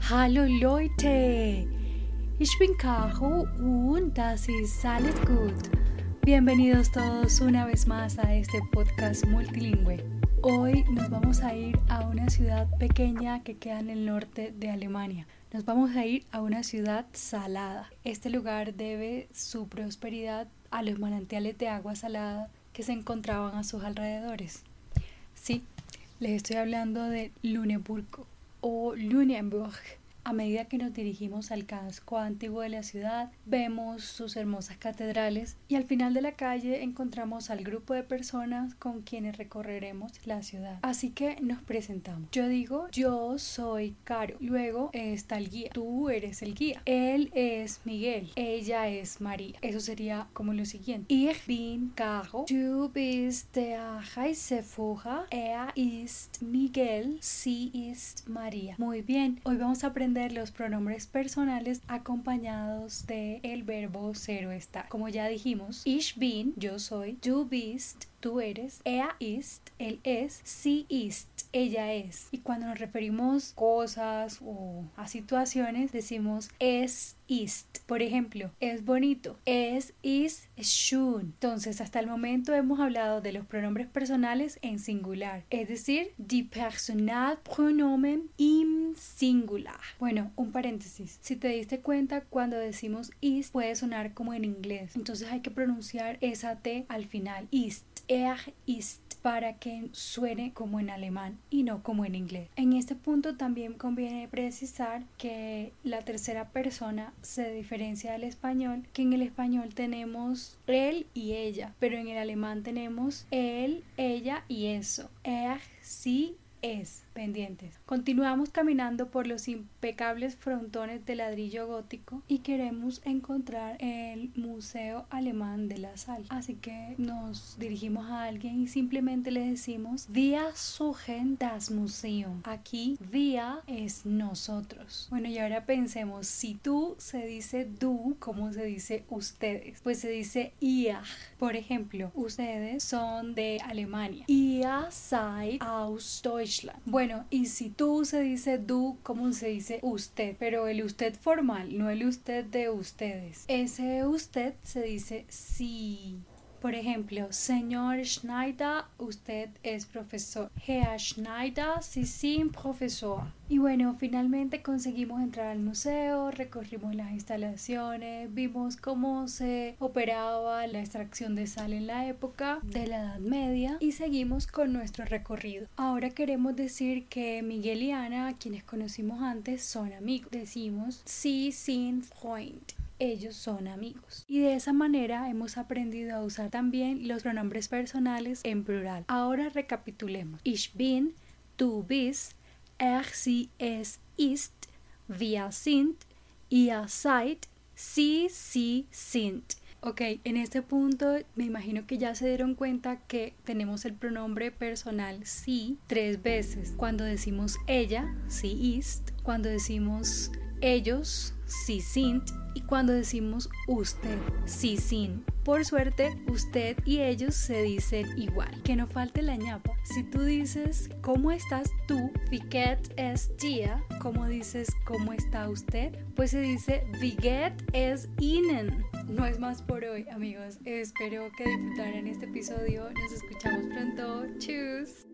Hallo Leute, ich bin Caro und das ist alles gut. Bienvenidos todos una vez más a este podcast multilingüe. Hoy nos vamos a ir a una ciudad pequeña que queda en el norte de Alemania. Nos vamos a ir a una ciudad salada. Este lugar debe su prosperidad a los manantiales de agua salada que se encontraban a sus alrededores. Sí, les estoy hablando de Lüneburg o Lüneburg. A medida que nos dirigimos al casco antiguo de la ciudad, vemos sus hermosas catedrales y al final de la calle encontramos al grupo de personas con quienes recorreremos la ciudad. Así que nos presentamos. Yo digo, yo soy Caro. Luego está el guía. Tú eres el guía. Él es Miguel. Ella es María. Eso sería como lo siguiente. Ich bin Caro. Du bist der Reiseführer. Ist Miguel. Sie ist María. Muy bien. Hoy vamos a aprender los pronombres personales acompañados de el verbo ser o estar. Como ya dijimos, ich bin, yo soy, du bist, tú eres, ist, él es, sie ist, ella es. Y cuando nos referimos a cosas o a situaciones, decimos es ist. Por ejemplo, es bonito, es ist schön. Entonces, hasta el momento hemos hablado de los pronombres personales en singular, es decir, die Personalpronomen im Singular. Bueno, un paréntesis. Si te diste cuenta, cuando decimos ist puede sonar como en inglés. Entonces hay que pronunciar esa T al final. Ist, ist, para que suene como en alemán y no como en inglés. En este punto también conviene precisar que la tercera persona se diferencia del español, que en el español tenemos él y ella, pero en el alemán tenemos él, ella y eso. Sie, es. Pendientes. Continuamos caminando por los impecables frontones de ladrillo gótico y queremos encontrar el Museo Alemán de la Sal. Así que nos dirigimos a alguien y simplemente le decimos Wir suchen das Museum. Aquí wir es nosotros. Bueno, y ahora pensemos, si tú se dice du, ¿cómo se dice ustedes? Pues se dice ihr. Por ejemplo, ustedes son de Alemania. Ihr seid aus Deutschland. Bueno, y si tú se dice du, ¿cómo se dice usted? Pero el usted formal, no el usted de ustedes. Ese usted se dice sí. Por ejemplo, señor Schneider, usted es profesor. Herr Schneider, Sie sind Professor. Y bueno, finalmente conseguimos entrar al museo, recorrimos las instalaciones, vimos cómo se operaba la extracción de sal en la época de la Edad Media y seguimos con nuestro recorrido. Ahora queremos decir que Miguel y Ana, a quienes conocimos antes, son amigos. Decimos Sie sind Freund. Ellos son amigos. Y de esa manera hemos aprendido a usar también los pronombres personales en plural. Ahora recapitulemos. Ich bin, du bist, sie, es, ist, wir sind, ihr seid, sie sind. Ok, en este punto me imagino que ya se dieron cuenta que tenemos el pronombre personal sie 3 veces. Cuando decimos ella, sie ist. Cuando decimos ellos, sie sind. Y cuando decimos usted, sie sind. Por suerte, usted y ellos se dicen igual. Que no falte la ñapa. Si tú dices ¿cómo estás tú? Wie geht es dir? ¿Cómo dices ¿cómo está usted? Pues se dice Wie geht es Ihnen? No es más por hoy, amigos. Espero que disfrutaran este episodio. Nos escuchamos pronto. Tschüss.